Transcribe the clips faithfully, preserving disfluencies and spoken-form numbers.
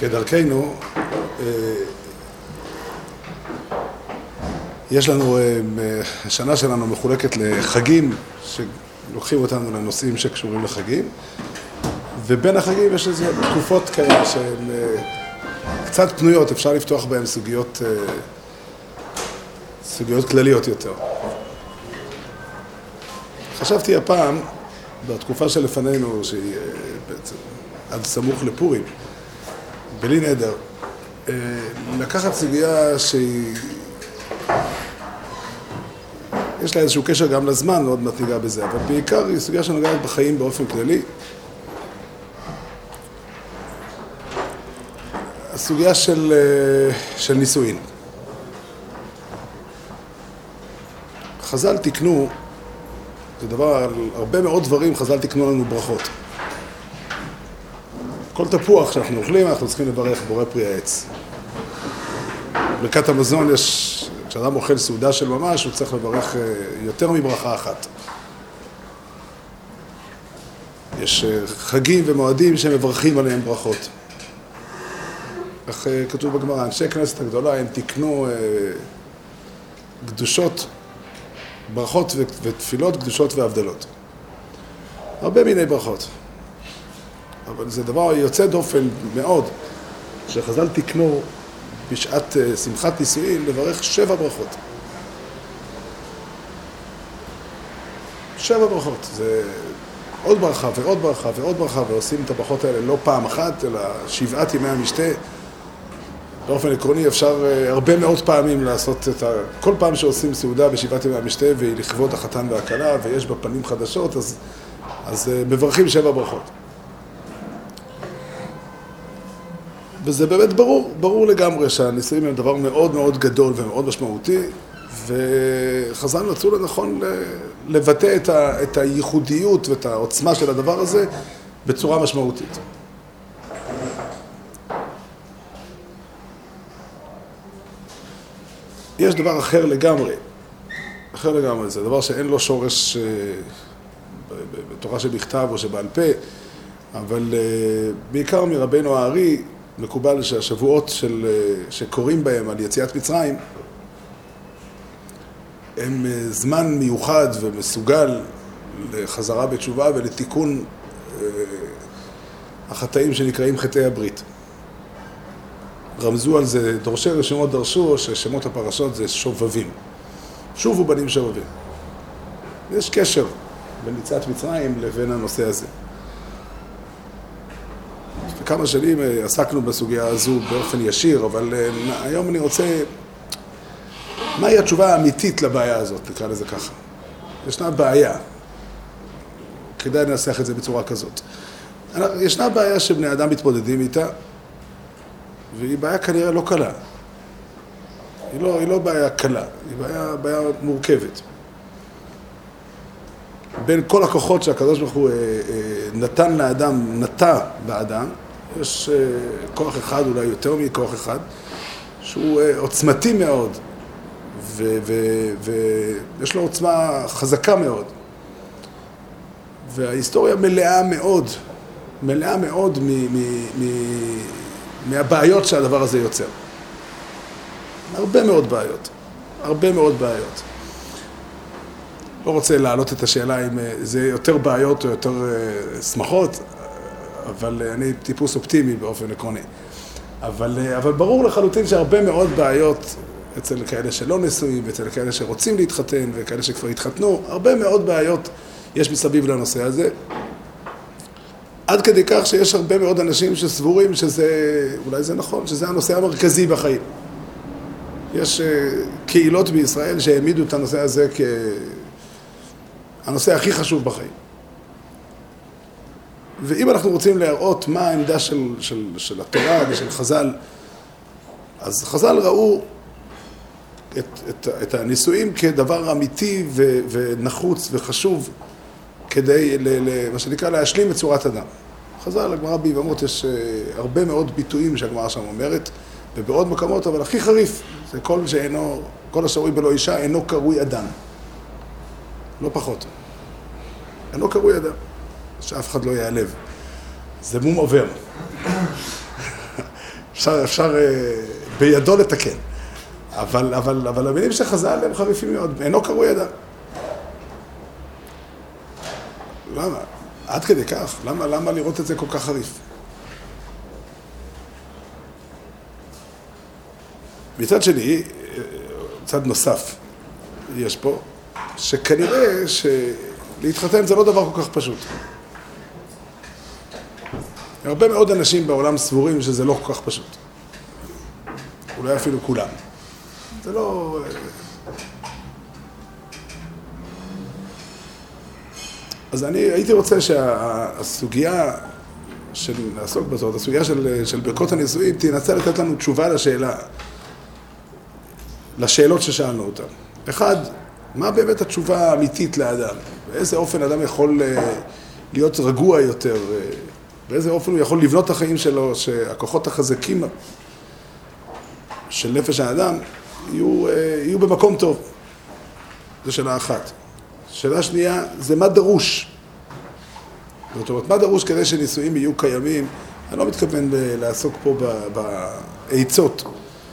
כדרכנו, יש לנו, השנה שלנו מחולקת לחגים שלוקחים אותנו לנושאים שקשורים לחגים, ובין החגים יש איזה תקופות כאלה שהן קצת פנויות, אפשר לפתוח בהן סוגיות, סוגיות כלליות יותר. חשבתי הפעם, בתקופה שלפנינו, שהיא בעצם עד סמוך לפורים, בלי נדר, לקחת סוגיה שהיא... יש לה איזשהו קשר גם לזמן, מאוד מתניגע בזה, אבל בעיקר היא סוגיה שנוגעת בחיים באופן כללי. הסוגיה של, של נישואין. חז"ל תקנו, זה דבר, על הרבה מאוד דברים חז"ל תקנו לנו ברכות. כל תפוח שאנחנו אוכלים, אנחנו צריכים לברך בורא פרי העץ. ברכת המזון יש... כשאדם אוכל סעודה של ממש, הוא צריך לברך יותר מברכה אחת. יש חגים ומועדים שמברכים עליהם ברכות. איך כתוב בגמרא, אנשי כנסת הגדולה, הם תקנו קדושות, ברכות ותפילות, קדושות והבדלות. הרבה מיני ברכות. אבל זה דבר יוצא דופן מאוד, שחז"ל תקנו בשעת שמחת נישואין לברך שבע ברכות. שבע ברכות. זה עוד ברכה ועוד ברכה ועוד ברכה, ועושים את הברכות האלה לא פעם אחת, אלא שבעת ימי המשתה. באופן עקרוני אפשר הרבה מאוד פעמים לעשות את ה... כל פעם שעושים סעודה בשבעת ימי המשתה, והיא לכבוד החתן והכלה, ויש בה פנים חדשות, אז, אז מברכים שבע ברכות. וזה באמת ברור, ברור לגמרי שהנישואים הם דבר מאוד מאוד גדול ומאוד משמעותי, וחז"ל מצאו לנכון לבטא את, ה, את הייחודיות ואת העוצמה של הדבר הזה בצורה משמעותית. יש דבר אחר לגמרי, אחר לגמרי, זה דבר שאין לו שורש בתורה שבכתב או שבעל פה, אבל בעיקר מרבנו הארי, מקובל שהשבועות של, שקוראים בהם על יציאת מצרים הם זמן מיוחד ומסוגל לחזרה בתשובה ולתיקון החטאים שנקראים חטאי הברית. רמזו על זה, דורשי רשימות דרשו ששמות הפרשות זה שובבים. שובו בנים שובבים. יש קשר בין יציאת מצרים לבין הנושא הזה. כמה שנים עסקנו בסוגיה הזו באופן ישיר, אבל היום אני רוצה... מהי התשובה האמיתית לבעיה הזאת, נקרא לזה ככה? ישנה בעיה. כדאי לנסח את זה בצורה כזאת. ישנה בעיה שבני אדם מתמודדים איתה, והיא בעיה כנראה לא קלה. היא לא, היא לא בעיה קלה, היא בעיה, בעיה מורכבת. בין כל הכוחות שהקדוש ברוך הוא נתן לאדם, נטע באדם, יש כוח אחד, אולי יותר מכוח אחד, שהוא עוצמתי מאוד, ויש לו עוצמה חזקה מאוד. וההיסטוריה מלאה מאוד, מלאה מאוד מ- מ- מ- מהבעיות שהדבר הזה יוצר. הרבה מאוד בעיות, הרבה מאוד בעיות. לא רוצה להעלות את השאלה אם זה יותר בעיות או יותר שמחות, אבל אני טיפוס אופטימי באופן עקרוני. אבל, אבל ברור לחלוטין שהרבה מאוד בעיות אצל כאלה שלא נשואים, ואצל כאלה שרוצים להתחתן, וכאלה שכבר התחתנו, הרבה מאוד בעיות יש מסביב לנושא הזה. עד כדי כך שיש הרבה מאוד אנשים שסבורים שזה, אולי זה נכון, שזה הנושא המרכזי בחיים. יש קהילות בישראל שהעמידו את הנושא הזה כ... הנושא הכי חשוב בחיים. ואם אנחנו רוצים להראות מה העמדה של, של, של התורה ושל חז"ל, אז חז"ל ראו את, את, את הנישואים כדבר אמיתי ו, ונחוץ וחשוב כדי, ל, ל, מה שנקרא, להשלים את צורת אדם. חז"ל, הגמרא ביבמות, יש הרבה מאוד ביטויים שהגמרא שם אומרת, ובעוד מקומות, אבל הכי חריף, זה כל שאינו, כל השרוי בלא אישה אינו קרוי אדם. לא פחות. אינו קרוי אדם. שאף אחד לא יעלב. זה מום עובר. אפשר, אפשר בידו לתקן. אבל, אבל, אבל המילים שחז"ל הם חריפים מאוד, אינו קרוי אדם. למה? עד כדי כך. למה, למה לראות את זה כל כך חריף? מצד שני, צד נוסף יש פה, שכנראה שלהתחתן זה לא דבר כל כך פשוט. הרבה מאוד אנשים בעולם סבורים שזה לא כל כך פשוט. אולי אפילו כולם. זה לא... אז אני הייתי רוצה שהסוגיה של לעסוק בזאת, הסוגיה של, של ברכות הנישואים, תנסה לתת לנו תשובה לשאלה, לשאלות ששאלנו אותן. אחד, מה באמת התשובה האמיתית לאדם? באיזה אופן אדם יכול להיות רגוע יותר? באיזה אופן הוא יכול לבנות את החיים שלו, שהכוחות החזקים של נפש האדם יהיו, יהיו במקום טוב? זו שאלה אחת. שאלה שנייה, זה מה דרוש? זאת אומרת, מה דרוש כדי שנישואים יהיו קיימים? אני לא מתכוון לעסוק פה בעיצות.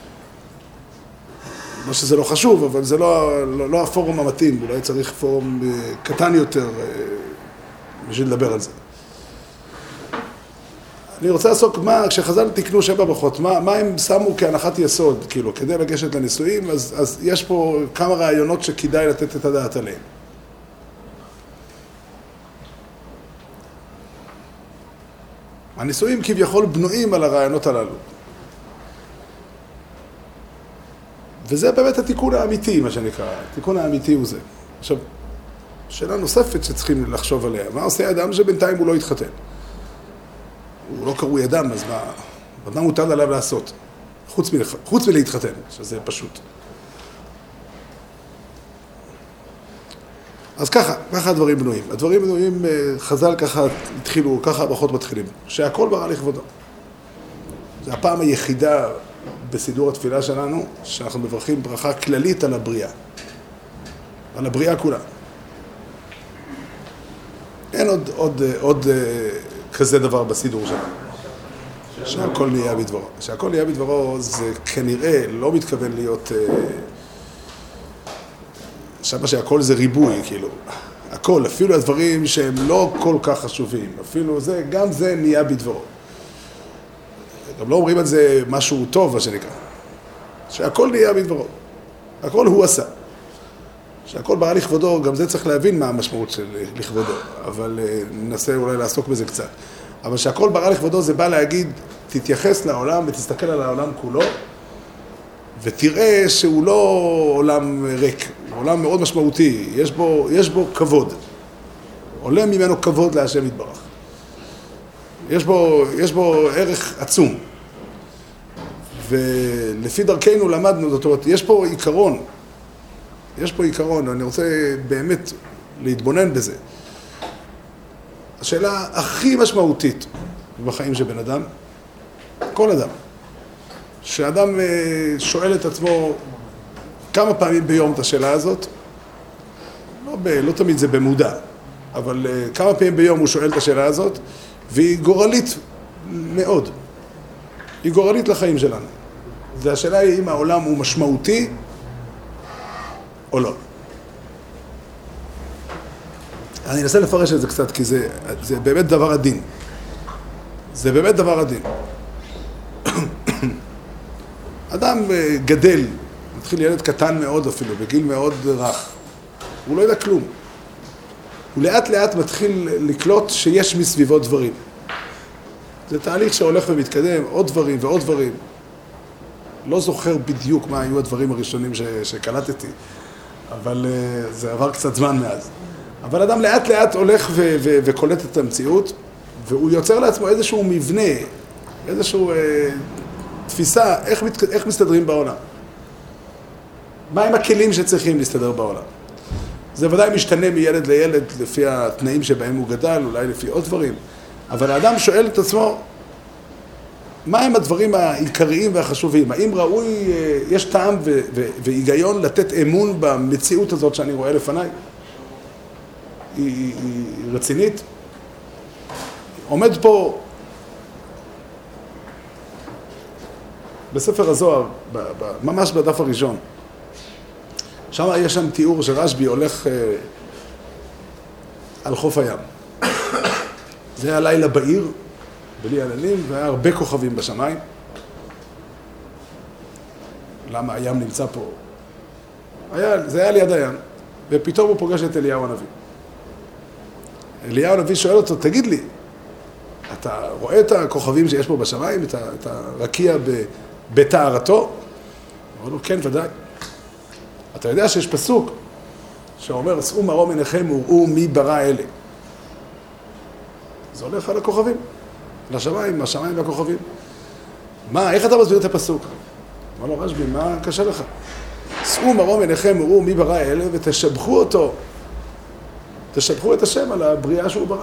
לא שזה לא חשוב, אבל זה לא, לא, לא הפורום המתאים. אולי צריך פורום קטן יותר בשביל לדבר על זה. אני רוצה לעסוק מה, כשחז"ל תקנו שבע ברכות, מה, מה הם שמו כהנחת יסוד, כאילו, כדי לגשת לנישואים, אז, אז יש פה כמה רעיונות שכדאי לתת את הדעת עליהם. הנישואים כביכול בנויים על הרעיונות הללו. וזה באמת התיקון האמיתי, מה שנקרא. התיקון האמיתי הוא זה. עכשיו, שאלה נוספת שצריכים לחשוב עליה. מה עושה אדם שבינתיים הוא לא יתחתן? הוא לא קרוי אדם, אז מה, מה מותר עליו לעשות? חוץ, מלח... חוץ מלהתחתן, שזה פשוט. אז ככה, ככה הדברים בנויים. הדברים בנויים, חז"ל ככה התחילו, ככה הברכות מתחילים. שהכל ברא לכבודו. זו הפעם היחידה בסידור התפילה שלנו, שאנחנו מברכים ברכה כללית על הבריאה. על הבריאה כולה. אין עוד, עוד, עוד כזה דבר בסידור שלנו. שהכל נהיה בדברו. שהכל נהיה בדברו זה כנראה לא מתכוון להיות... שמה שהכל זה ריבוי, כאילו. הכל, אפילו הדברים שהם לא כל כך חשובים. אפילו זה, גם זה נהיה בדברו. גם לא אומרים על זה משהו טוב, מה שנקרא. שהכל נהיה בדברו. הכל הוא עשה. שהכל ברא לכבודו, גם זה צריך להבין מה המשמעות של לכבודו. אבל ננסה אולי לעסוק בזה קצת. אבל שהכל ברא לכבודו זה בא להגיד, תתייחס לעולם ותסתכל על העולם כולו, ותראה שהוא לא עולם ריק, הוא עולם מאוד משמעותי, יש בו, יש בו כבוד. עולה ממנו כבוד להשם יתברך. יש בו, יש בו ערך עצום. ולפי דרכנו למדנו, זאת אומרת, יש פה עיקרון. יש פה עיקרון, אני רוצה באמת להתבונן בזה. השאלה הכי משמעותית בחיים של בן אדם, כל אדם, שאדם שואל את עצמו כמה פעמים ביום את השאלה הזאת, לא, ב, לא תמיד זה במודע, אבל כמה פעמים ביום הוא שואל את השאלה הזאת, והיא גורלית מאוד. היא גורלית לחיים שלנו. והשאלה היא אם העולם הוא משמעותי או לא. אני אנסה לפרש את זה קצת, כי זה, זה באמת דבר עדין. זה באמת דבר עדין. אדם גדל, מתחיל ילד קטן מאוד אפילו, בגיל מאוד רך. הוא לא יודע כלום. הוא לאט לאט מתחיל לקלוט שיש מסביבו דברים. זה תהליך שהולך ומתקדם, עוד דברים ועוד דברים. לא זוכר בדיוק מה היו הדברים הראשונים ש- שקלטתי, אבל uh, זה עבר קצת זמן מאז. אבל אדם לאט לאט הולך ו- ו- וקולט את המציאות, והוא יוצר לעצמו איזשהו מבנה, איזשהו uh, תפיסה, איך, מת- איך מסתדרים בעולם. מהם הכלים שצריכים להסתדר בעולם. זה ודאי משתנה מילד לילד לפי התנאים שבהם הוא גדל, אולי לפי עוד דברים. אבל האדם שואל את עצמו, מהם הדברים העיקריים והחשובים? האם ראוי, יש טעם ו- ו- והיגיון לתת אמון במציאות הזאת שאני רואה לפניי? היא, היא, היא רצינית? עומד פה בספר הזוהר, ב, ב, ממש בדף הראשון. שם יש שם תיאור שרשב"י הולך אה, על חוף הים. זה היה לילה בעיר, בלי עננים, והיה הרבה כוכבים בשמיים. למה הים נמצא פה? היה, זה היה ליד הים, ופתאום הוא פוגש את אליהו הנביא. אליהו הנביא שואל אותו, תגיד לי, אתה רואה את הכוכבים שיש פה בשמיים, את, ה, את הרקיע בתארתו? אמר לו, כן, ודאי. אתה יודע שיש פסוק שאומר, שאו מרום עיניכם וראו מי ברא אלה. זה הולך על הכוכבים, לשמיים, השמיים והכוכבים. מה, איך אתה מסביר את הפסוק? אמר לו, רשב"י, מה קשה לך? שאו מרום עיניכם וראו מי ברא אלה ותשבחו אותו. תשבחו את השם על הבריאה שהוא ברא.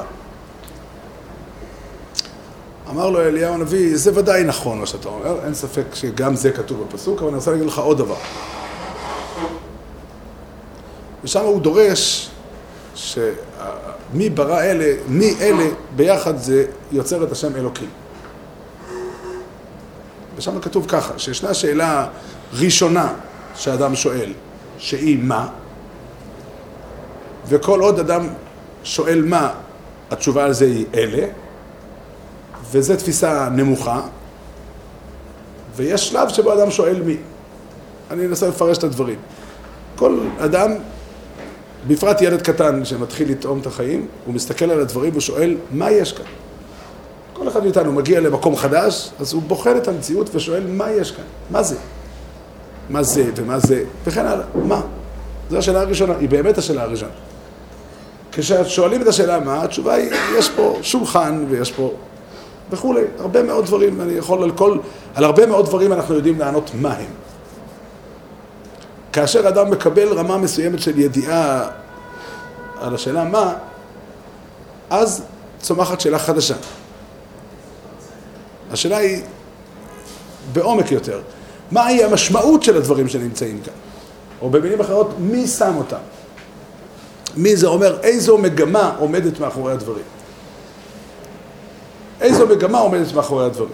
אמר לו אליהו הנביא, זה ודאי נכון מה שאתה אומר, אין ספק שגם זה כתוב בפסוק, אבל אני רוצה להגיד לך עוד דבר. ושם הוא דורש שמי ברא אלה, מי אלה ביחד זה יוצר את השם אלוקים. ושם כתוב ככה, שישנה שאלה ראשונה שאדם שואל, שהיא מה? וכל עוד אדם שואל מה, התשובה על זה היא אלה, וזו תפיסה נמוכה, ויש שלב שבו אדם שואל מי. אני אנסה לפרש את הדברים. כל אדם, בפרט ילד קטן שמתחיל לטעום את החיים, הוא מסתכל על הדברים ושואל מה יש כאן. כל אחד מאיתנו מגיע למקום חדש, אז הוא בוחן את המציאות ושואל מה יש כאן, מה זה? מה זה ומה זה, וכן הלאה, מה? זו השאלה הראשונה, היא באמת השאלה הראשונה. כששואלים את השאלה מה, התשובה היא, יש פה שולחן ויש פה וכולי, הרבה מאוד דברים, אני יכול על כל, על הרבה מאוד דברים אנחנו יודעים לענות מה הם. כאשר אדם מקבל רמה מסוימת של ידיעה על השאלה מה, אז צומחת שאלה חדשה. השאלה היא בעומק יותר, מהי המשמעות של הדברים שנמצאים כאן? או במילים אחרות, מי שם אותם? מי זה אומר, איזו מגמה עומדת מאחורי הדברים? איזו מגמה עומדת מאחורי הדברים?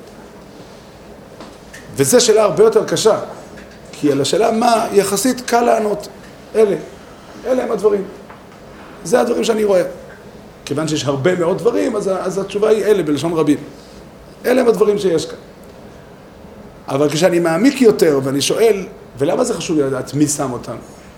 וזו שאלה הרבה יותר קשה, כי על השאלה מה יחסית קל לענות. אלה, אלה הם הדברים. זה הדברים שאני רואה. כיוון שיש הרבה מאוד דברים, אז, אז התשובה היא אלה בלשון רבים. אלה הם הדברים שיש כאן. אבל כשאני מעמיק יותר ואני שואל, ולמה זה חשוב לדעת מי שם אותם?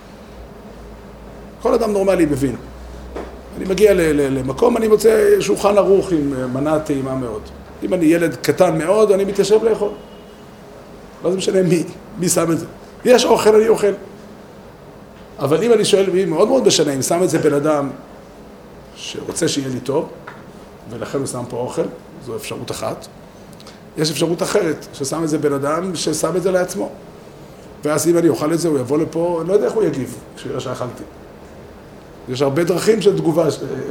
כל אדם נורמלי מבין. אני מגיע ל- ל- למקום, אני מוצא שולחן ערוך עם מנה טעימה מאוד. אם אני ילד קטן מאוד, אני מתיישב לאכול. לא זה משנה מי, מי שם את זה. יש אוכל, אני אוכל. אבל אם אני שואל מי, מאוד מאוד משנה, אם שם את זה בן אדם שרוצה שיהיה לי טוב, ולכן הוא שם פה אוכל, זו אפשרות אחת. יש אפשרות אחרת, ששם את זה בן אדם ששם את זה לעצמו. ואז אם אני אוכל את זה, הוא יבוא לפה, אני לא יודע איך הוא יגיב כשיראה שאכלתי. יש הרבה דרכים של תגובה,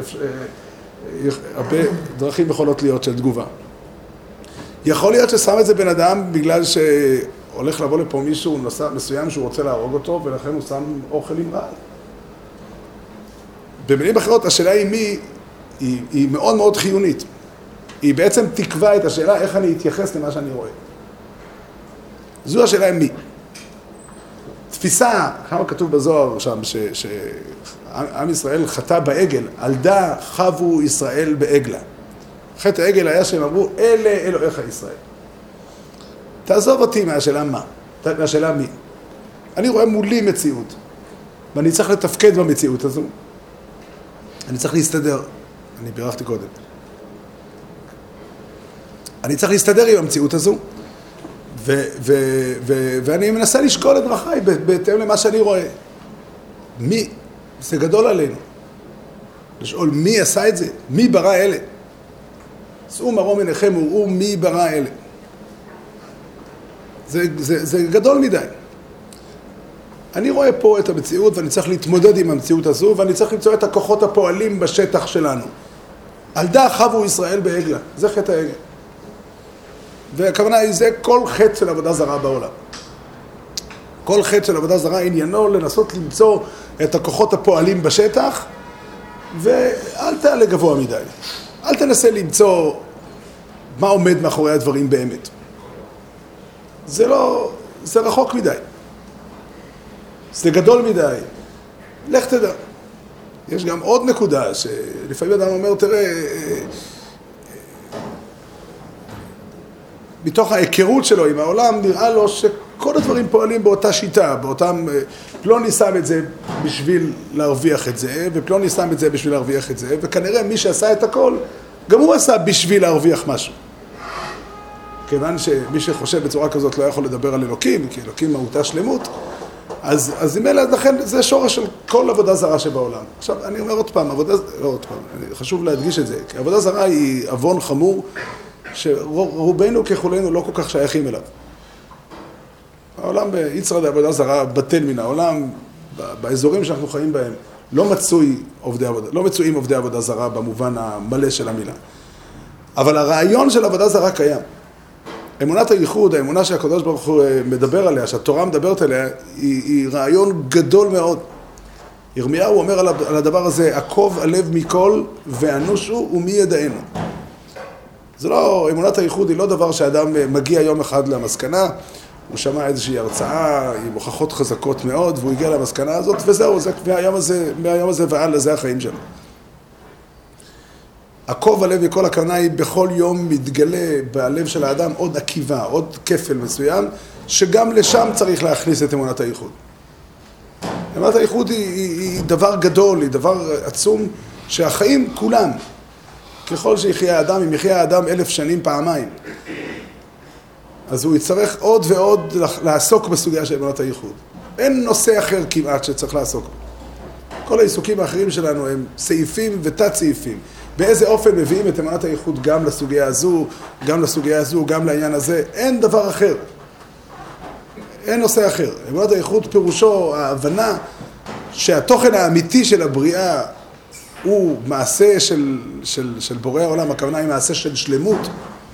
הרבה דרכים יכולות להיות של תגובה. יכול להיות ששם את זה בן אדם בגלל שהולך לבוא לפה מישהו נוסע מסוים שהוא רוצה להרוג אותו, ולכן הוא שם אוכל עם רעל. במילים אחרות, השאלה היא מי, היא, היא מאוד מאוד חיונית. היא בעצם תקבע את השאלה איך אני אתייחס למה שאני רואה. זו השאלה היא מי. תפיסה, כמה כתוב בזוהר שם, שעם ישראל חטא בעגל, על דא חבו ישראל בעגלה. חטא העגל היה שהם אמרו, אלה אלוהיך ישראל. תעזוב אותי מהשאלה מה, מהשאלה מי. אני רואה מולי מציאות, ואני צריך לתפקד במציאות הזו. אני צריך להסתדר. אני בירכתי קודם. אני צריך להסתדר עם המציאות הזו, ו- ו- ו- ואני מנסה לשקול את דרכיי בהתאם למה שאני רואה. מי? זה גדול עלינו. לשאול מי עשה את זה? מי ברא אלה? שאו מרום עיניכם וראו מי ברא אלה. זה, זה, זה גדול מדי. אני רואה פה את המציאות ואני צריך להתמודד עם המציאות הזו, ואני צריך למצוא את הכוחות הפועלים בשטח שלנו. על דא חבו ישראל בעגלה. זה חטא העגל. והכוונה היא, זה כל חטא של עבודה זרה בעולם. כל חטא של עבודה זרה עניינו לנסות למצוא את הכוחות הפועלים בשטח, ואל תעלה גבוה מדי. אל תנסה למצוא מה עומד מאחורי הדברים באמת. זה לא, זה רחוק מדי. זה גדול מדי. לך תדע. יש גם עוד נקודה שלפעמים אדם אומר, תראה, מתוך ההיכרות שלו עם העולם נראה לו שכל הדברים פועלים באותה שיטה, באותם, פלוני שם את זה בשביל להרוויח את זה, ופלוני שם את זה בשביל להרוויח את זה, וכנראה מי שעשה את הכל, גם הוא עשה בשביל להרוויח משהו. כיוון שמי שחושב בצורה כזאת לא יכול לדבר על אלוקים, כי אלוקים מהותה שלמות, אז, אז אם אלה, לכן זה שורש של כל עבודה זרה שבעולם. עכשיו, אני אומר עוד פעם, עבודה, לא עוד פעם, חשוב להדגיש את זה, כי עבודה זרה היא עוון חמור, שרובנו ככולנו לא כל כך שייכים אליו. העולם ביצרה עבודה זרה בטל מן העולם, באזורים שאנחנו חיים בהם, לא מצוי עובדי עבודה, לא מצויים עובדי עבודה זרה במובן המלא של המילה. אבל הרעיון של עבודה זרה קיים. אמונת הייחוד, האמונה שהקדוש ברוך הוא מדבר עליה, שהתורה מדברת עליה, היא, היא רעיון גדול מאוד. ירמיהו אומר על הדבר הזה, עקוב הלב מכל ואנושו ומי ידענו. זה לא, אמונת הייחוד היא לא דבר שאדם מגיע יום אחד למסקנה, הוא שמע איזושהי הרצאה עם הוכחות חזקות מאוד, והוא הגיע למסקנה הזאת, וזהו, זה, מהיום הזה, מהיום הזה ועל לזה החיים שלו. עקוב הלב מכל הכוונה היא בכל יום מתגלה בלב של האדם עוד עקיבה, עוד כפל מסוים, שגם לשם צריך להכניס את אמונת הייחוד. אמונת הייחוד היא, היא, היא דבר גדול, היא דבר עצום, שהחיים כולם, ככל שיחיה האדם, אם יחיה האדם אלף שנים פעמיים, אז הוא יצטרך עוד ועוד לעסוק בסוגיה של אמונת הייחוד. אין נושא אחר כמעט שצריך לעסוק. כל העיסוקים האחרים שלנו הם סעיפים ותת סעיפים. באיזה אופן מביאים את אמונת הייחוד גם לסוגיה הזו, גם לסוגיה הזו, גם לעניין הזה. אין דבר אחר. אין נושא אחר. אמונת הייחוד פירושו ההבנה שהתוכן האמיתי של הבריאה הוא מעשה של, של, של בורא העולם, הכוונה היא מעשה של שלמות.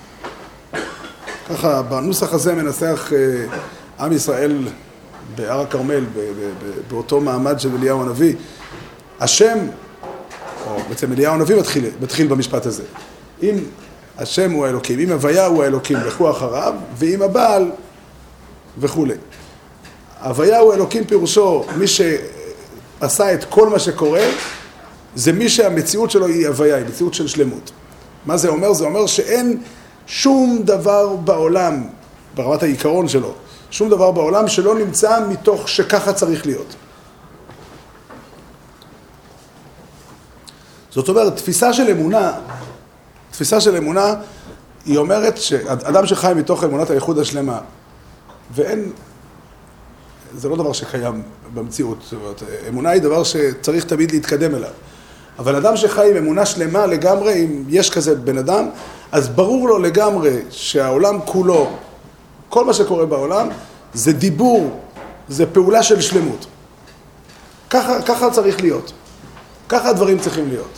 ככה בנוסח הזה מנסח אה, עם ישראל בהר הכרמל, באותו מעמד של אליהו הנביא. השם, או בעצם אליהו הנביא מתחיל, מתחיל במשפט הזה. אם השם הוא האלוקים, אם הוויה הוא האלוקים, לכו אחריו, ואם הבעל וכו'. הוויה הוא האלוקים פירושו, מי שעשה את כל מה שקורה, זה מי שהמציאות שלו היא הוויה, היא מציאות של שלמות. מה זה אומר? זה אומר שאין שום דבר בעולם, ברמת העיקרון שלו, שום דבר בעולם שלא נמצא מתוך שככה צריך להיות. זאת אומרת, תפיסה של אמונה, תפיסה של אמונה, היא אומרת שאדם שחי מתוך אמונת הייחוד השלמה, ואין, זה לא דבר שקיים במציאות, זאת אומרת, אמונה היא דבר שצריך תמיד להתקדם אליו. אבל אדם שחי עם אמונה שלמה לגמרי, אם יש כזה בן אדם, אז ברור לו לגמרי שהעולם כולו, כל מה שקורה בעולם, זה דיבור, זה פעולה של שלמות. ככה, ככה צריך להיות. ככה הדברים צריכים להיות.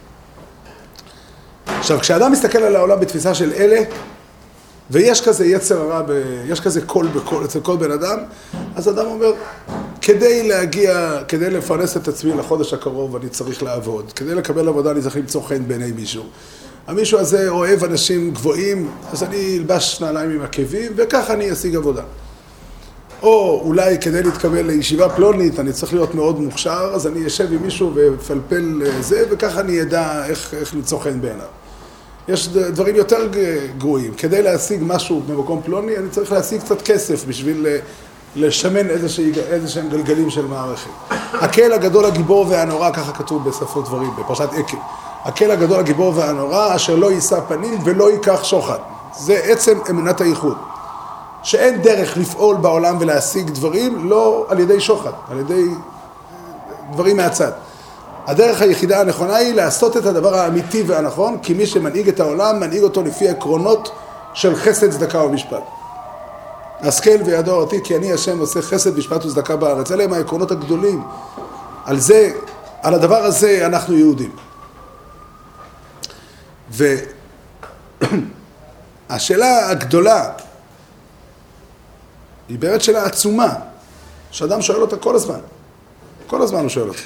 עכשיו, כשאדם מסתכל על העולם בתפיסה של אלה, ויש כזה יצר הרע, ב... יש כזה קול בכל, אצל כל בן אדם, אז אדם אומר, כדי להגיע, כדי לפרנס את עצמי לחודש הקרוב, אני צריך לעבוד. כדי לקבל עבודה, אני צריך למצוא חן בעיני מישהו. המישהו הזה אוהב אנשים גבוהים, אז אני אלבש נעליים עם עקבים, וככה אני אשיג עבודה. או אולי כדי להתקבל לישיבה פלונית, אני צריך להיות מאוד מוכשר, אז אני אשב עם מישהו ופלפל זה, וככה אני אדע איך, איך למצוא חן בעיניו. יש דברים יותר גרועים. כדי להשיג משהו במקום פלוני, אני צריך להשיג קצת כסף בשביל לשמן איזשהם גלגלים של מערכת. הקהל הגדול הגיבור והנורא, ככה כתוב בספרות דברים, בפרשת עקב. הקהל הגדול הגיבור והנורא, אשר לא יישא פנים ולא ייקח שוחד. זה עצם אמונת הייחוד. שאין דרך לפעול בעולם ולהשיג דברים, לא על ידי שוחד, על ידי דברים מהצד. הדרך היחידה הנכונה היא לעשות את הדבר האמיתי והנכון, כי מי שמנהיג את העולם, מנהיג אותו לפי עקרונות של חסד, צדקה ומשפט. השכל וידוע אותי, כי אני השם עושה חסד, משפט וצדקה בארץ. אלה הם העקרונות הגדולים. על זה, על הדבר הזה אנחנו יהודים. והשאלה הגדולה, היא באמת שאלה עצומה, שאדם שואל אותה כל הזמן. כל הזמן הוא שואל אותה.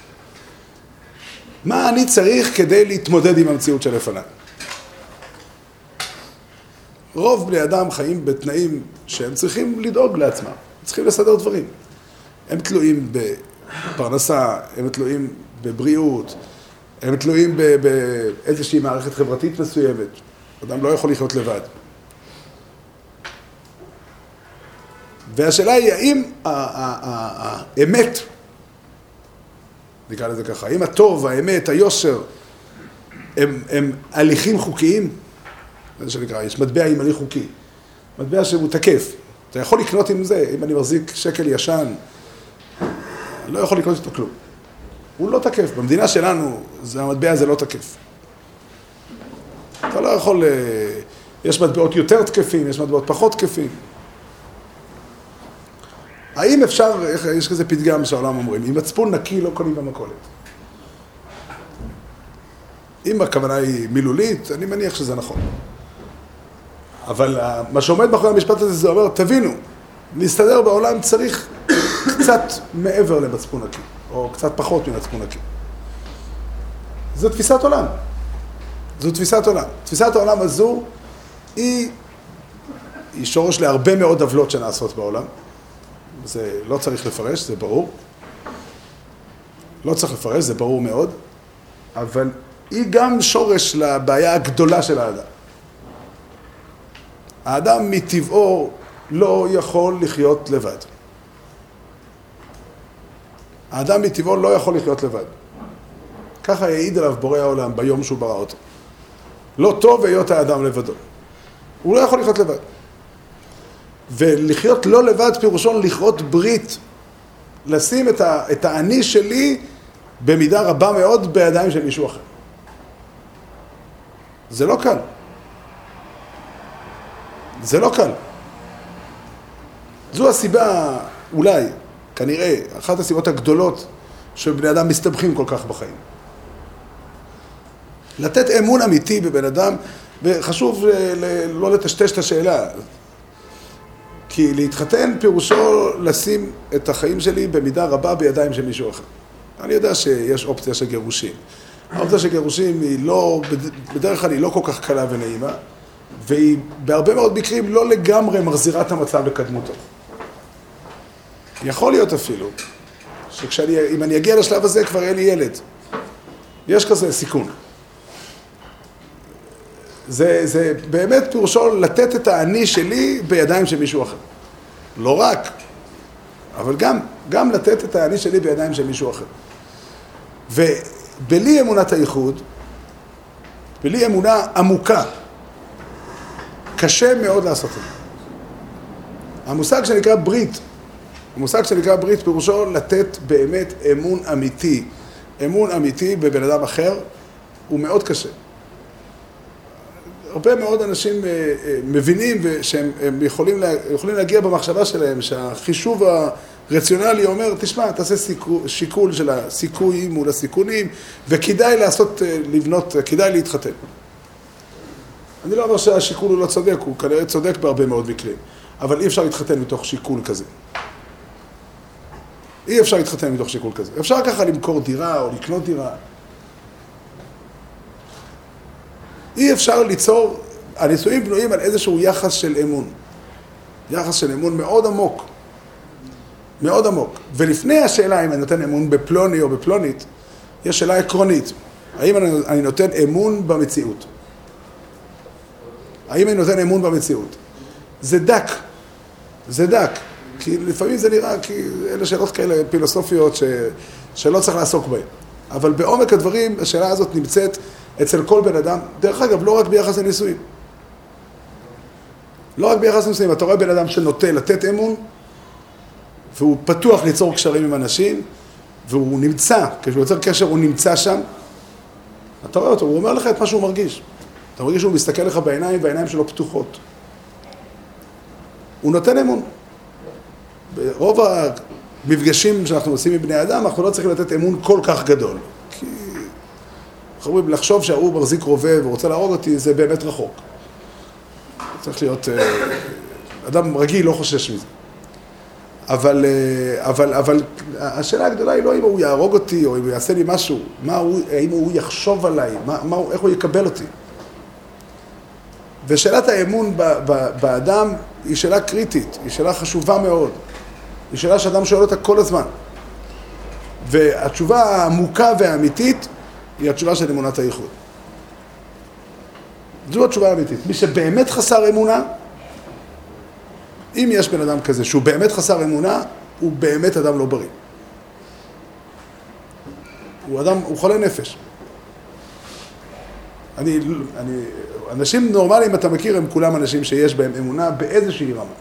מה אני צריך כדי להתמודד עם המציאות של לפניי? רוב בני אדם חיים בתנאים שהם צריכים לדאוג לעצמם, צריכים לסדר דברים. הם תלויים בפרנסה, הם תלויים בבריאות, הם תלויים באיזושהי מערכת חברתית מסוימת. אדם לא יכול לחיות לבד. והשאלה היא, האם האמת, נקרא לזה ככה, האם הטוב, האמת, היושר, הם, הם הליכים חוקיים? זה שנקרא, יש מטבע עם הליך חוקי. מטבע שהוא תקף. אתה יכול לקנות עם זה, אם אני מחזיק שקל ישן, לא יכול לקנות איתו כלום. הוא לא תקף. במדינה שלנו, זה, המטבע הזה לא תקף. אתה לא יכול, יש מטבעות יותר תקפים, יש מטבעות פחות תקפים. האם אפשר, יש כזה פתגם שהעולם אומרים, אם מצפון נקי לא קונים במכולת. אם הכוונה היא מילולית, אני מניח שזה נכון. אבל מה שעומד מאחורי המשפט הזה, זה אומר, תבינו, להסתדר בעולם צריך קצת מעבר למצפון נקי, או קצת פחות ממצפון נקי. זו תפיסת עולם. זו תפיסת עולם. תפיסת העולם הזו היא, היא שורש להרבה מאוד עוולות שנעשות בעולם. זה לא צריך לפרש, זה ברור. לא צריך לפרש, זה ברור מאוד. אבל היא גם שורש לבעיה הגדולה של האדם. האדם מטבעו לא יכול לחיות לבד. האדם מטבעו לא יכול לחיות לבד. ככה העיד עליו בורא העולם ביום שהוא ברא אותו. לא טוב היות האדם לבדו. הוא לא יכול לחיות לבד. ולחיות לא לבד פירושון לכרות ברית. לשים את, ה, את האני שלי במידה רבה מאוד בידיים של מישהו אחר. זה לא קל. זה לא קל. זו הסיבה, אולי, כנראה, אחת הסיבות הגדולות שבני אדם מסתבכים כל כך בחיים. לתת אמון אמיתי בבן אדם, וחשוב ל- ל- לא לטשטש את השאלה. כי להתחתן פירושו לשים את החיים שלי במידה רבה בידיים של מישהו אחר. אני יודע שיש אופציה של גירושים. האופציה של גירושים היא לא, בדרך כלל היא לא כל כך קלה ונעימה, והיא בהרבה מאוד מקרים לא לגמרי מחזירה את המצב לקדמותו. יכול להיות אפילו, שאם אני אגיע לשלב הזה כבר יהיה לי ילד. יש כזה סיכון. זה, זה באמת פירושו לתת את האני שלי בידיים של מישהו אחר. לא רק, אבל גם, גם לתת את האני שלי בידיים של מישהו אחר. ובלי אמונת הייחוד, בלי אמונה עמוקה, קשה מאוד לעשות את זה. המושג שנקרא ברית, המושג שנקרא ברית פירושו לתת באמת אמון אמיתי. אמון אמיתי בבן אדם אחר הוא מאוד קשה. הרבה מאוד אנשים מבינים שהם יכולים, יכולים להגיע במחשבה שלהם שהחישוב הרציונלי אומר, תשמע, תעשה שיקול, שיקול של הסיכויים מול הסיכונים, וכדאי לעשות, לבנות, כדאי להתחתן. אני לא אומר שהשיקול הוא לא צודק, הוא כנראה צודק בהרבה מאוד מקרים, אבל אי אפשר להתחתן מתוך שיקול כזה. אי אפשר להתחתן מתוך שיקול כזה. אפשר ככה למכור דירה או לקנות דירה. אי אפשר ליצור, הנישואים בנויים על איזשהו יחס של אמון. יחס של אמון מאוד עמוק. מאוד עמוק. ולפני השאלה אם אני נותן אמון בפלוני או בפלונית, יש שאלה עקרונית. האם אני נותן אמון במציאות? האם אני נותן אמון במציאות? זה דק. זה דק. כי לפעמים זה נראה, כי אלה שאלות כאלה פילוסופיות ש, שלא צריך לעסוק בהן. אבל בעומק הדברים, השאלה הזאת נמצאת אצל כל בן אדם, דרך אגב, לא רק ביחס לנישואים. לא רק ביחס לנישואים, אתה רואה בן אדם שנוטה לתת אמון, והוא פתוח ליצור קשרים עם אנשים, והוא נמצא, כשהוא יוצר קשר הוא נמצא שם, אתה רואה אותו, הוא אומר לך את מה שהוא מרגיש. אתה מרגיש שהוא מסתכל לך בעיניים, והעיניים שלו פתוחות. הוא נותן אמון. ברוב המפגשים שאנחנו עושים עם בני אדם, אנחנו לא צריכים לתת אמון כל כך גדול. כי אנחנו אומרים, לחשוב שההוא מחזיק רובה ורוצה להרוג אותי, זה באמת רחוק. צריך להיות, אדם רגיל לא חושש מזה. אבל, אבל, אבל השאלה הגדולה היא לא אם הוא יהרוג אותי או אם הוא יעשה לי משהו, מה הוא, האם הוא יחשוב עליי, מה, מה, איך הוא יקבל אותי. ושאלת האמון באדם היא שאלה קריטית, היא שאלה חשובה מאוד. היא שאלה שאדם שואל אותה כל הזמן. והתשובה העמוקה והאמיתית היא התשובה של אמונת הייחוד. זו התשובה האמיתית. מי שבאמת חסר אמונה, אם יש בן אדם כזה שהוא באמת חסר אמונה, הוא באמת אדם לא בריא. הוא אדם, הוא חולה נפש. אני, אני, אנשים נורמליים, אתה מכיר, הם כולם אנשים שיש בהם אמונה באיזושהי רמה.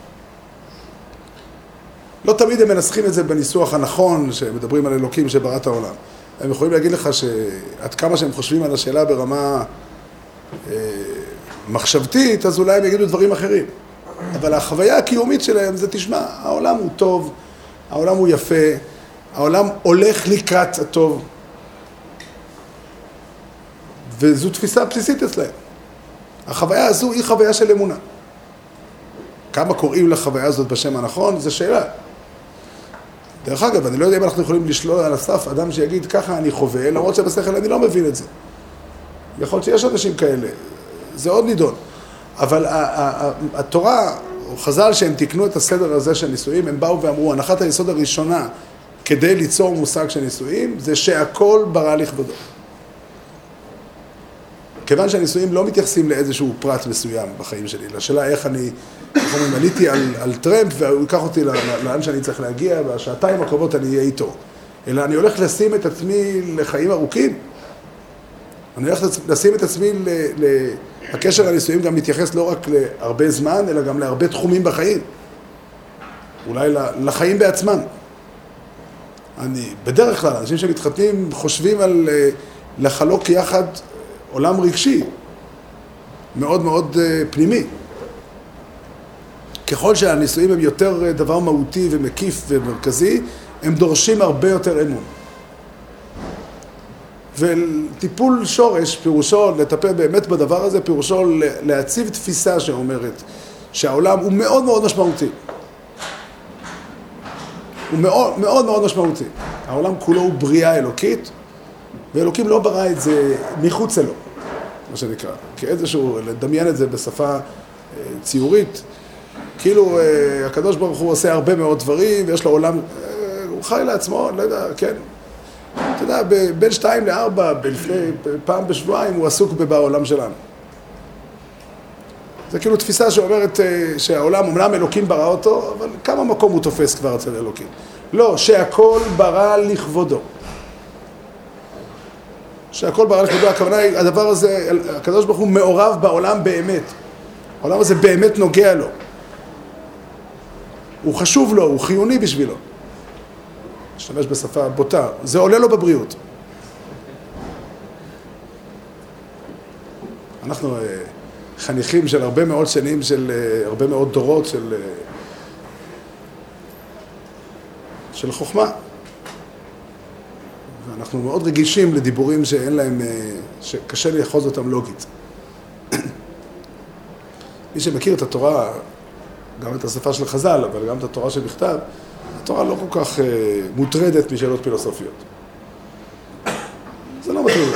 לא תמיד הם מנסחים את זה בניסוח הנכון, שמדברים על אלוקים שברא את העולם. הם יכולים להגיד לך שעד כמה שהם חושבים על השאלה ברמה אה, מחשבתית, אז אולי הם יגידו דברים אחרים. אבל החוויה הקיומית שלהם זה, תשמע, העולם הוא טוב, העולם הוא יפה, העולם הולך לקראת הטוב. וזו תפיסה בסיסית אצלהם. החוויה הזו היא חוויה של אמונה. כמה קוראים לחוויה הזאת בשם הנכון? זו שאלה. דרך אגב, אני לא יודע אם אנחנו יכולים לשלול על הסף אדם שיגיד, ככה אני חווה, למרות שבשכל אני לא מבין את זה. יכול להיות שיש אנשים כאלה, זה עוד נידון. אבל התורה, או חז"ל שהם תיקנו את הסדר הזה של נישואים, הם באו ואמרו, הנחת היסוד הראשונה כדי ליצור מושג של נישואים, זה שהכל ברא לכבודו. כיוון שהנישואים לא מתייחסים לאיזשהו פרט מסוים בחיים שלי, לשאלה איך אני, איך אומרים, עליתי על, על טרמפ והוא ייקח אותי לאן שאני צריך להגיע, והשעתיים הקרובות אני אהיה איתו. אלא אני הולך לשים את עצמי לחיים ארוכים. אני הולך לשים את עצמי, ל, ל, הקשר לנישואים גם מתייחס לא רק להרבה זמן, אלא גם להרבה תחומים בחיים. אולי לחיים בעצמם. אני, בדרך כלל, אנשים שמתחתנים חושבים על לחלוק יחד עולם רגשי, מאוד מאוד פנימי. ככל שהנישואים הם יותר דבר מהותי ומקיף ומרכזי, הם דורשים הרבה יותר אמון. וטיפול שורש, פירושו לטפל באמת בדבר הזה, פירושו להציב תפיסה שאומרת שהעולם הוא מאוד מאוד משמעותי. הוא מאוד מאוד מאוד משמעותי. העולם כולו הוא בריאה אלוקית, ואלוקים לא ברא את זה מחוץ אלו, מה שנקרא. כאיזשהו, לדמיין את זה בשפה ציורית, כאילו הקדוש ברוך הוא עושה הרבה מאוד דברים, ויש לו עולם, הוא חי לעצמו, לא יודע, כן. אתה יודע, בין שתיים לארבע, לפני פעם בשבועיים, הוא עסוק בעולם שלנו. זה כאילו תפיסה שאומרת שהעולם, אמנם אלוקים ברא אותו, אבל כמה מקום הוא תופס כבר אצל אלוקים? לא, שהכל ברא לכבודו. שהכל ברא לכבודו, הכוונה היא, הדבר הזה, הקדוש ברוך הוא מעורב בעולם באמת. העולם הזה באמת נוגע לו. הוא חשוב לו, הוא חיוני בשבילו. משתמש בשפה בוטה, זה עולה לו בבריאות. אנחנו חניכים של הרבה מאוד שנים, של הרבה מאוד דורות של, של חוכמה. ואנחנו מאוד רגישים לדיבורים שאין להם, שקשה לאחוז אותם לוגית. מי שמכיר את התורה, גם את השפה של חז"ל, אבל גם את התורה שבכתב, התורה לא כל כך uh, מוטרדת משאלות פילוסופיות. זה לא מטריד.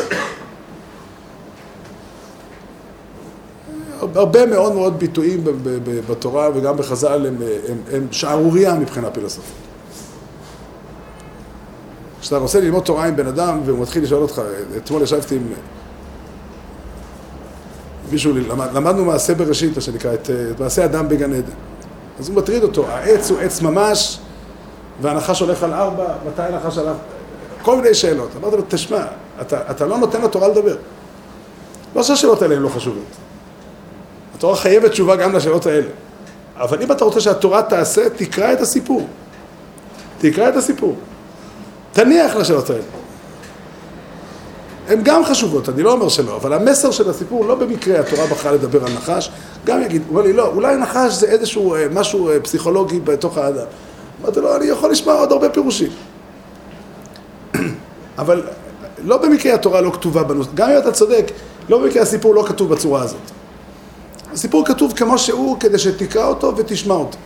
הרבה מאוד מאוד ביטויים בתורה וגם בחז"ל הם, הם, הם שערוריה מבחינה פילוסופית. כשאתה רוצה ללמוד תורה עם בן אדם והוא מתחיל לשאול אותך, אתמול ישבתי עם מישהו, למד, למדנו מעשה בראשית, מה שנקרא, את, את מעשה אדם בגן עדן. אז הוא מטריד אותו, העץ הוא עץ ממש, והנחש הולך על ארבע, מתי הנחש הלך? כל מיני שאלות. אמרתי לו, תשמע, אתה, אתה לא נותן לתורה לדבר. לא שהשאלות האלה הן לא חשובות. התורה חייבת תשובה גם לשאלות האלה. אבל אם אתה רוצה שהתורה תעשה, תקרא את הסיפור. תקרא את הסיפור. תניח לשאלות האלה. הן גם חשובות, אני לא אומר שלא, אבל המסר של הסיפור, לא במקרה התורה בחרה לדבר על נחש, גם יגיד, אבל לי לא, אולי נחש זה איזשהו משהו פסיכולוגי בתוך האדם. אמרתי לו, אני יכול לשמוע עוד הרבה פירושים. אבל לא במקרה התורה לא כתובה בנושא, גם אם אתה צודק, לא במקרה הסיפור לא כתוב בצורה הזאת. הסיפור כתוב כמו שהוא, כדי שתקרא אותו ותשמע אותו.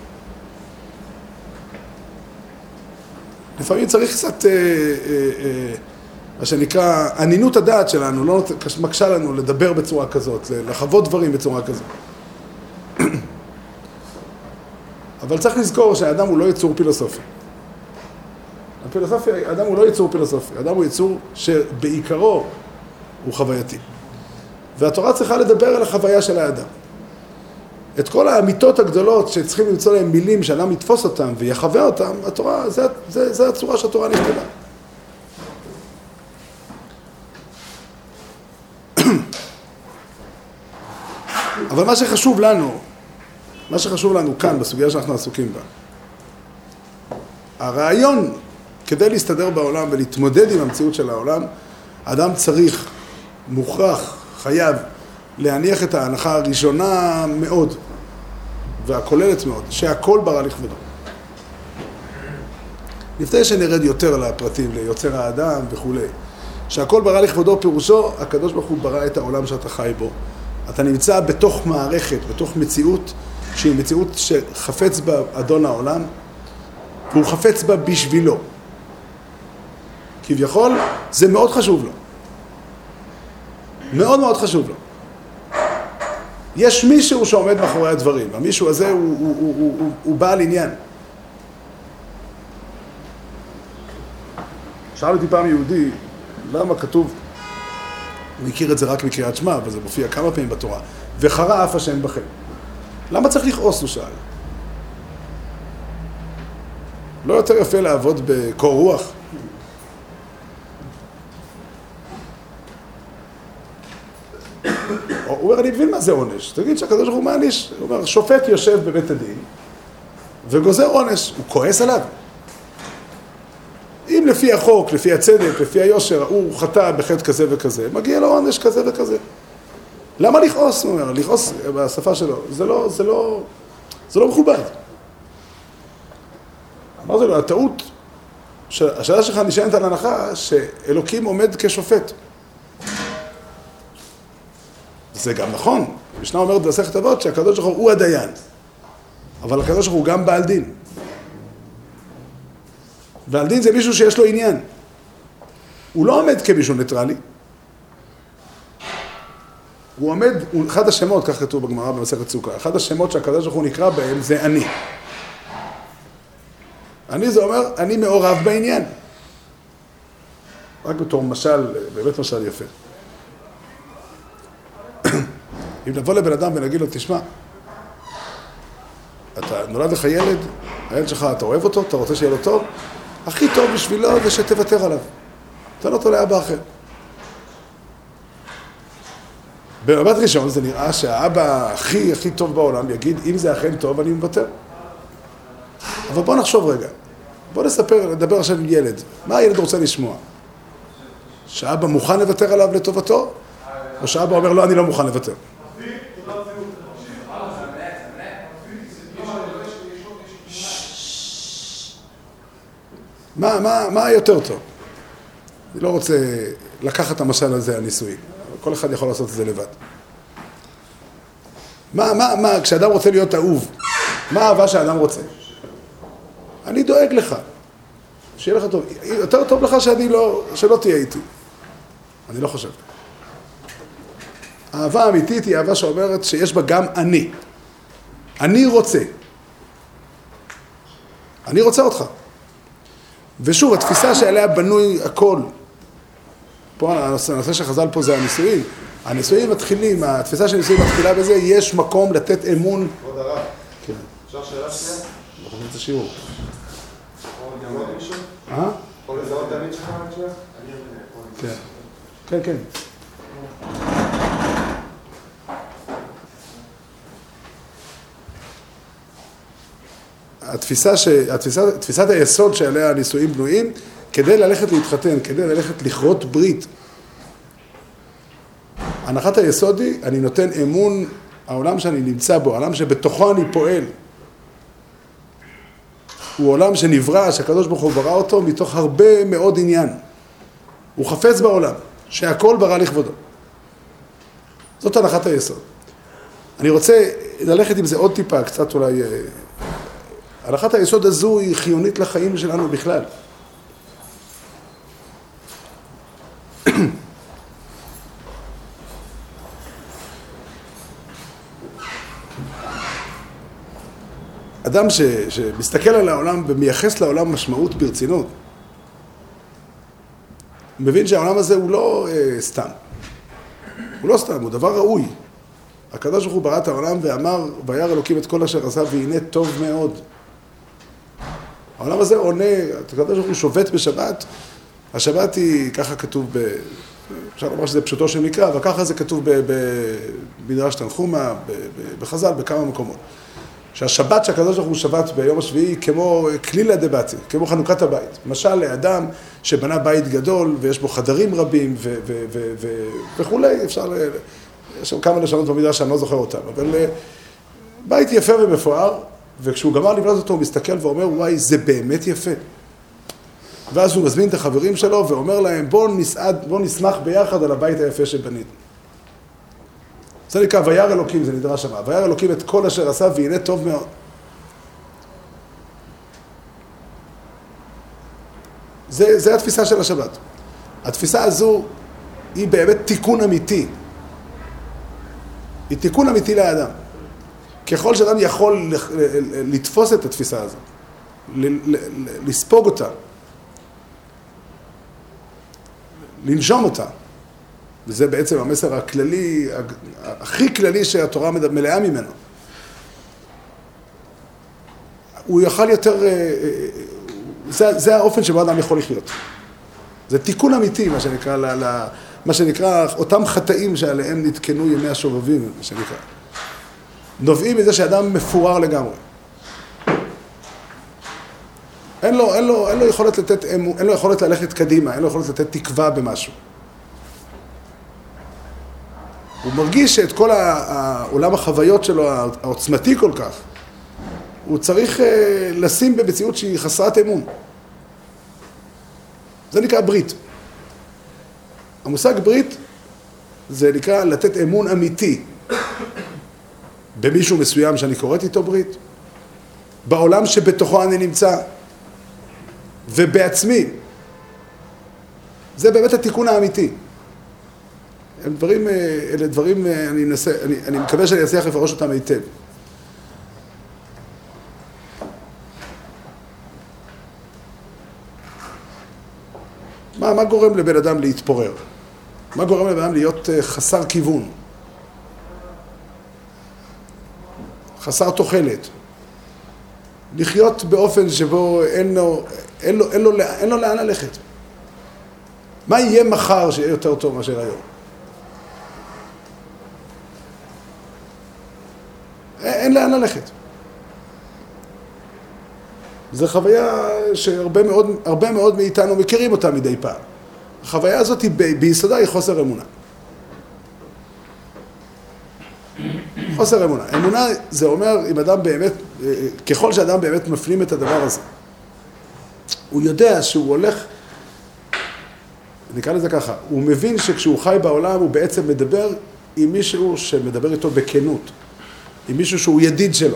לפעמים צריך קצת, אה, אה, אה, מה שנקרא, ענינות הדעת שלנו, לא מקשה לנו לדבר בצורה כזאת, לחוות דברים בצורה כזאת. אבל צריך לזכור שהאדם הוא לא יצור פילוסופי. הפילוסופי, האדם הוא לא יצור פילוסופי, האדם הוא יצור שבעיקרו הוא חווייתי. והתורה צריכה לדבר על החוויה של האדם. את כל האמיתות הגדולות שצריכים למצוא להם מילים שאדם יתפוס אותם ויחווה אותם, התורה, זה, זה, זה הצורה שהתורה נכתבה. אבל מה שחשוב לנו, מה שחשוב לנו כאן, בסוגיה שאנחנו עסוקים בה, הרעיון, כדי להסתדר בעולם ולהתמודד עם המציאות של העולם, האדם צריך, מוכרח, חייב, להניח את ההנחה הראשונה מאוד, והכוללת מאוד, שהכל ברא לכבודו. לפני שנרד יותר לפרטים, ליוצר האדם וכו', שהכל ברא לכבודו פירושו, הקדוש ברוך הוא ברא את העולם שאתה חי בו. אתה נמצא בתוך מערכת, בתוך מציאות, שהיא מציאות שחפץ בה אדון העולם, והוא חפץ בה בשבילו. כביכול, זה מאוד חשוב לו. מאוד מאוד חשוב לו. יש מישהו שעומד מאחורי הדברים, המישהו הזה הוא, הוא, הוא, הוא, הוא, הוא בעל עניין. שאל אותי פעם יהודי, למה כתוב, הוא הכיר את זה רק מקריאת שמע, אבל זה מופיע כמה פעמים בתורה, וחרה אף השם בכם. למה צריך לכעוס, הוא שאל? לא יותר יפה לעבוד בקור רוח? הוא אומר, אני מבין מה זה עונש. תגיד שהקדוש ברוך הוא מעניש. הוא אומר, שופט יושב בבית הדין וגוזר עונש. הוא כועס עליו. אם לפי החוק, לפי הצדק, לפי היושר, הוא חטא בחטא כזה וכזה, מגיע לו עונש כזה וכזה. למה לכעוס? הוא אומר, לכעוס בשפה שלו. זה לא, זה לא, זה לא מכובד. אמרתי לו, הטעות, השאלה שלך נשענת על הנחה שאלוקים עומד כשופט. זה גם נכון. משנה אומרת במסכת אבות שהקדוש ברוך הוא הדיין. אבל הקדוש ברוך הוא גם בעל דין. בעל דין זה מישהו שיש לו עניין. הוא לא עומד כמישהו ניטרלי. הוא עומד, הוא, אחד השמות, כך כתוב בגמרא במסכת סוכה, אחד השמות שהקדוש ברוך הוא נקרא בהם זה אני. אני זה אומר, אני מעורב בעניין. רק בתור משל, באמת משל יפה. אם נבוא לבן אדם ונגיד לו, תשמע, אתה נולד לך ילד, הילד שלך, אתה אוהב אותו, אתה רוצה שיהיה לו טוב, הכי טוב בשבילו זה שתוותר עליו. תן אותו לאבא אחר. במבט ראשון זה נראה שהאבא הכי הכי טוב בעולם יגיד, אם זה אכן טוב, אני מוותר. אבל בוא נחשוב רגע. בוא נספר, נדבר עכשיו עם ילד. מה הילד רוצה לשמוע? שאבא מוכן לוותר עליו לטובתו? או שאבא אומר, לא, אני לא מוכן לוותר. מה, מה, מה יותר טוב? אני לא רוצה לקחת את המשל הזה על נישואים. כל אחד יכול לעשות את זה לבד. מה, מה, מה, כשאדם רוצה להיות אהוב, מה האהבה שהאדם רוצה? אני דואג לך, שיהיה לך טוב. יותר טוב לך שאני לא, שלא תהיה איתי. אני לא חושב. האהבה האמיתית היא אהבה שאומרת שיש בה גם אני. אני רוצה. אני רוצה אותך. ושוב, התפיסה שעליה בנוי הכל, פה הנושא, הנושא שחז"ל פה זה הנישואים. הנישואים מתחילים, התפיסה של הנישואים מתחילה בזה, יש מקום לתת אמון. כבוד הרב, כן. אפשר שאלה שנייה? לא חושב את השיעור. יכול לזהות מישהו? אה? יכול לזהות תמיד שלך רק שנייה? כן. כן, כן. התפיסה ש... התפיסה... תפיסת היסוד שעליה הנישואים בנויים, כדי ללכת להתחתן, כדי ללכת לכרות ברית. הנחת היסוד היא, אני נותן אמון, העולם שאני נמצא בו, העולם שבתוכו אני פועל. הוא עולם שנברא, שהקדוש ברוך הוא ברא אותו מתוך הרבה מאוד עניין. הוא חפץ בעולם, שהכל ברא לכבודו. זאת הנחת היסוד. אני רוצה ללכת עם זה עוד טיפה, קצת אולי... הנחת היסוד הזו היא חיונית לחיים שלנו בכלל. אדם ש, שמסתכל על העולם ומייחס לעולם משמעות ברצינות, מבין שהעולם הזה הוא לא אה, סתם. הוא לא סתם, הוא דבר ראוי. הקדוש ברוך הוא ברא את העולם ואמר, וירא אלוקים את כל אשר עשה והנה טוב מאוד. העולם הזה עונה, הקדוש ברוך הוא שובת בשבת, השבת היא, ככה כתוב, ב, אפשר לומר שזה פשוטו של מקרא, אבל ככה זה כתוב במדרש תנחומא, בחז"ל, בכמה מקומות. שהשבת שהקדוש ברוך הוא שבת ביום השביעי כמו כלילה דבתי, כמו חנוכת הבית. למשל לאדם שבנה בית גדול ויש בו חדרים רבים ו- ו- ו- ו- וכולי, אפשר, ל- יש שם כמה לשונות במדרש שאני לא זוכר אותם, אבל בית יפה ומפואר, וכשהוא גמר לבנות אותו הוא מסתכל ואומר, וואי, זה באמת יפה. ואז הוא מזמין את החברים שלו ואומר להם, בואו נסעד, בואו נשמח ביחד על הבית היפה שבנית. זה נקרא, וירא אלוקים, זה נדרש שם. וירא אלוקים את כל אשר עשה והנה טוב מאוד. זה, זה התפיסה של השבת. התפיסה הזו היא באמת תיקון אמיתי. היא תיקון אמיתי לאדם. ככל שאדם יכול לתפוס את התפיסה הזו, לספוג אותה, לנשום אותה, וזה בעצם המסר הכללי, הכי כללי שהתורה מלאה ממנו. הוא יוכל יותר, זה, זה האופן שבו אדם יכול לחיות. זה תיקון אמיתי, מה שנקרא, ל, ל, מה שנקרא, אותם חטאים שעליהם נתקנו ימי השובבים, מה שנקרא. נובעים מזה שאדם מפורר לגמרי. אין לו, אין לו, אין לו יכולת לתת, אין לו יכולת ללכת קדימה, אין לו יכולת לתת תקווה במשהו. הוא מרגיש שאת כל העולם החוויות שלו, העוצמתי כל כך, הוא צריך לשים במציאות שהיא חסרת אמון. זה נקרא ברית. המושג ברית זה נקרא לתת אמון אמיתי במישהו מסוים שאני קוראת איתו ברית, בעולם שבתוכו אני נמצא, ובעצמי. זה באמת התיקון האמיתי. הם דברים, אלה דברים, אני, אנסה, אני, אני מקווה שאני אצליח לפרש אותם היטב. מה, מה גורם לבן אדם להתפורר? מה גורם לבן אדם להיות חסר כיוון? חסר תוחלת? לחיות באופן שבו אין לו, אין לו, אין לו, אין לו לאן ללכת. מה יהיה מחר שיהיה יותר טוב מאשר היום? אין לאן ללכת. זו חוויה שהרבה מאוד, הרבה מאוד מאיתנו מכירים אותה מדי פעם. החוויה הזאת היא ב, ביסודה היא חוסר אמונה. חוסר אמונה. אמונה זה אומר, אם אדם באמת, ככל שאדם באמת מפנים את הדבר הזה, הוא יודע שהוא הולך, נקרא לזה ככה, הוא מבין שכשהוא חי בעולם הוא בעצם מדבר עם מישהו שמדבר איתו בכנות. עם מישהו שהוא ידיד שלו.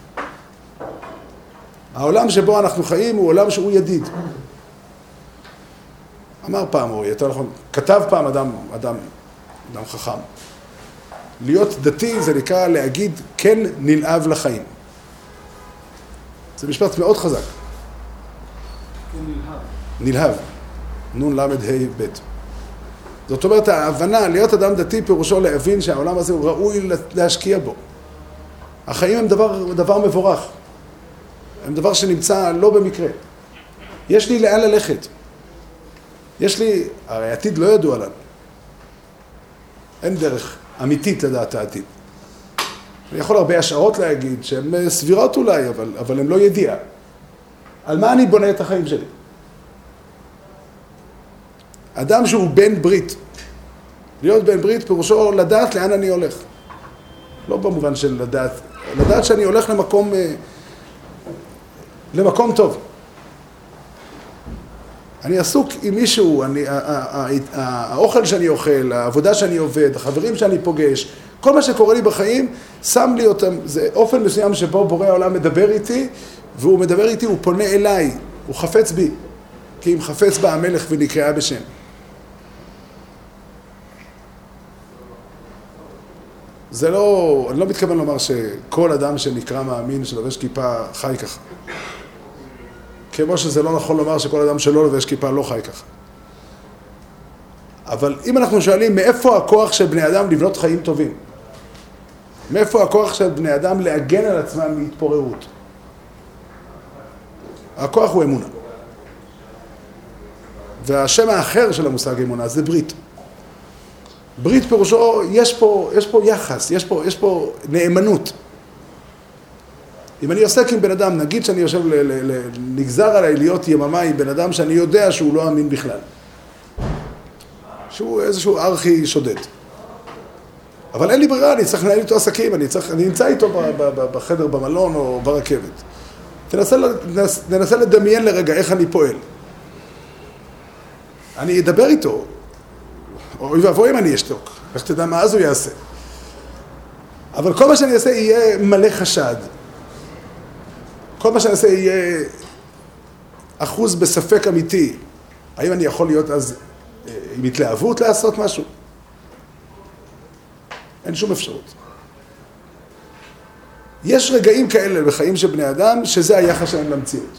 העולם שבו אנחנו חיים הוא עולם שהוא ידיד. אמר פעם, או יותר נכון, כתב פעם אדם, אדם, אדם חכם. להיות דתי זה נקרא להגיד כן נלהב לחיים. זה משפט מאוד חזק. כן נלהב. נלהב. נון למד ה' ב'. זאת אומרת, ההבנה, להיות אדם דתי פירושו להבין שהעולם הזה הוא ראוי להשקיע בו. החיים הם דבר, דבר מבורך. הם דבר שנמצא לא במקרה. יש לי לאן ללכת. יש לי, הרי העתיד לא ידוע לנו. אין דרך אמיתית לדעת העתיד. אני יכול הרבה השערות להגיד שהן סבירות אולי, אבל, אבל הן לא ידיעה. על מה אני בונה את החיים שלי? אדם שהוא בן ברית. להיות בן ברית פירושו לדעת לאן אני הולך. לא במובן של לדעת, לדעת שאני הולך למקום, למקום טוב. אני עסוק עם מישהו, אני, האוכל שאני אוכל, העבודה שאני עובד, החברים שאני פוגש, כל מה שקורה לי בחיים, שם לי אותם, זה אופן מסוים שבו בורא העולם מדבר איתי, והוא מדבר איתי, הוא פונה אליי, הוא חפץ בי, כי אם חפץ בה המלך ונקראה בשם. זה לא, אני לא מתכוון לומר שכל אדם שנקרא מאמין שלובש כיפה חי ככה. כמו שזה לא נכון לומר שכל אדם שלא לובש כיפה לא חי ככה. אבל אם אנחנו שואלים מאיפה הכוח של בני אדם לבנות חיים טובים? מאיפה הכוח של בני אדם להגן על עצמם מהתפוררות? הכוח הוא אמונה. והשם האחר של המושג אמונה זה ברית. ברית פירושו, יש פה, יש פה יחס, יש פה, יש פה נאמנות. אם אני עוסק עם בן אדם, נגיד שאני יושב, ל, ל, ל, נגזר עליי להיות יממה עם בן אדם שאני יודע שהוא לא אמין בכלל. שהוא איזשהו ארכי שודד. אבל אין לי ברירה, אני צריך לנהל איתו עסקים, אני, צריך, אני נמצא איתו ב, ב, ב, בחדר במלון או ברכבת. תנסה, ננסה לדמיין לרגע איך אני פועל. אני אדבר איתו, אוי ואבוי אם אני אשתוק, איך תדע מה אז הוא יעשה. אבל כל מה שאני אעשה יהיה מלא חשד. כל מה שאני אעשה יהיה אחוז בספק אמיתי. האם אני יכול להיות אז עם התלהבות לעשות משהו? אין שום אפשרות. יש רגעים כאלה בחיים של בני אדם שזה היחס שלהם למציאות.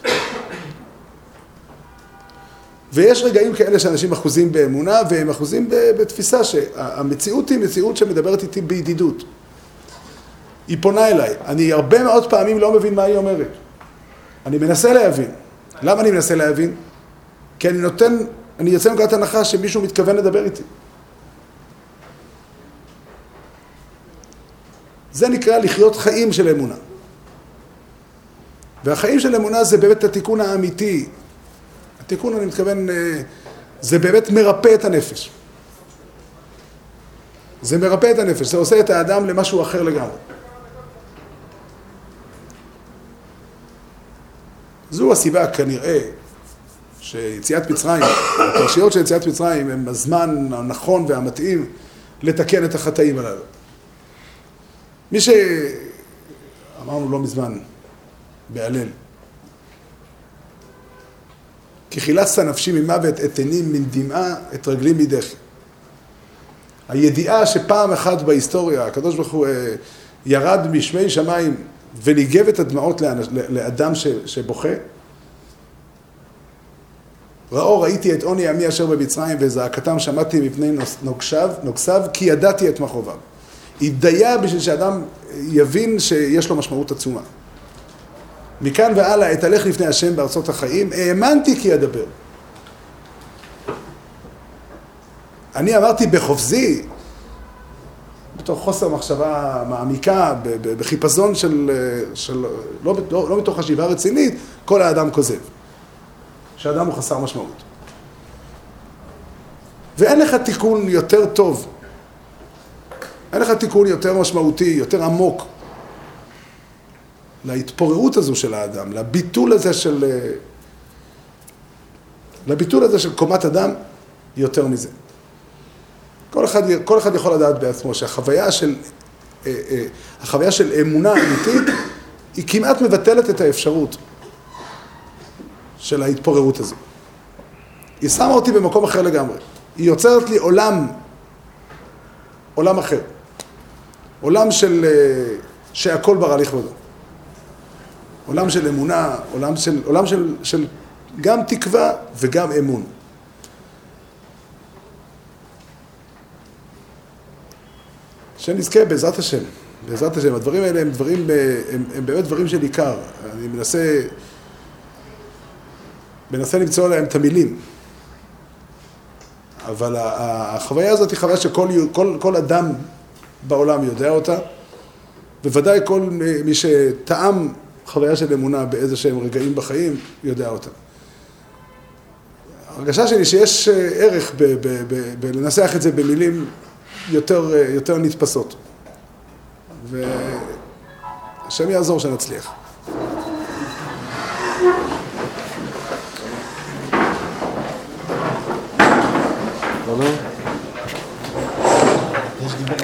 ויש רגעים כאלה שאנשים אחוזים באמונה והם אחוזים בתפיסה שהמציאות היא מציאות שמדברת איתי בידידות. היא פונה אליי. אני הרבה מאוד פעמים לא מבין מה היא אומרת. אני מנסה להבין. למה אני מנסה להבין? כי אני נותן, אני יוצא מנקודת הנחה שמישהו מתכוון לדבר איתי. זה נקרא לחיות חיים של אמונה. והחיים של אמונה זה באמת התיקון האמיתי. התיקון, אני מתכוון, זה באמת מרפא את הנפש. זה מרפא את הנפש, זה עושה את האדם למשהו אחר לגמרי. זו הסיבה כנראה שיציאת מצרים, הפרשיות של יציאת מצרים הם הזמן הנכון והמתאים לתקן את החטאים הללו. מי שאמרנו לא מזמן בהלל, כי חילצת נפשי ממוות, את עינים מן דמעה, את רגלי מדחי. הידיעה שפעם אחת בהיסטוריה, הקדוש ברוך הוא ירד משמי שמיים וניגב את הדמעות לאדם שבוכה. ראו ראיתי את עוני עמי אשר במצרים וזעקתם שמעתי מפני נוגסיו, נוגסיו כי ידעתי את מכאוביו. התדיה בשביל שאדם יבין שיש לו משמעות עצומה. מכאן והלאה אתהלך לפני השם בארצות החיים, האמנתי כי אדבר. אני אמרתי בחופזי, בתוך חוסר מחשבה מעמיקה, בחיפזון של, של לא, לא, לא מתוך חשיבה רצינית, כל האדם כוזב. שהאדם הוא חסר משמעות. ואין לך תיקון יותר טוב, אין לך תיקון יותר משמעותי, יותר עמוק, להתפוררות הזו של האדם, לביטול הזה של, לביטול הזה של קומת אדם, יותר מזה. כל אחד, כל אחד יכול לדעת בעצמו שהחוויה של, החוויה של אמונה אמיתית, היא כמעט מבטלת את האפשרות של ההתפוררות הזו. היא שמה אותי במקום אחר לגמרי. היא יוצרת לי עולם, עולם אחר. עולם של, שהכל ברא לכבודו. עולם של אמונה, עולם של, עולם של, של גם תקווה וגם אמון. שנזכה בעזרת השם, בעזרת השם. הדברים האלה הם דברים, הם, הם באמת דברים של עיקר. אני מנסה, מנסה למצוא להם את המילים. אבל החוויה הזאת היא חוויה שכל כל, כל אדם בעולם יודע אותה, בוודאי כל מי שטעם חוויה של אמונה באיזה שהם רגעים בחיים יודע אותה. הרגשה שלי שיש ערך בלנסח את זה במילים יותר, יותר נתפסות. והשם יעזור שנצליח.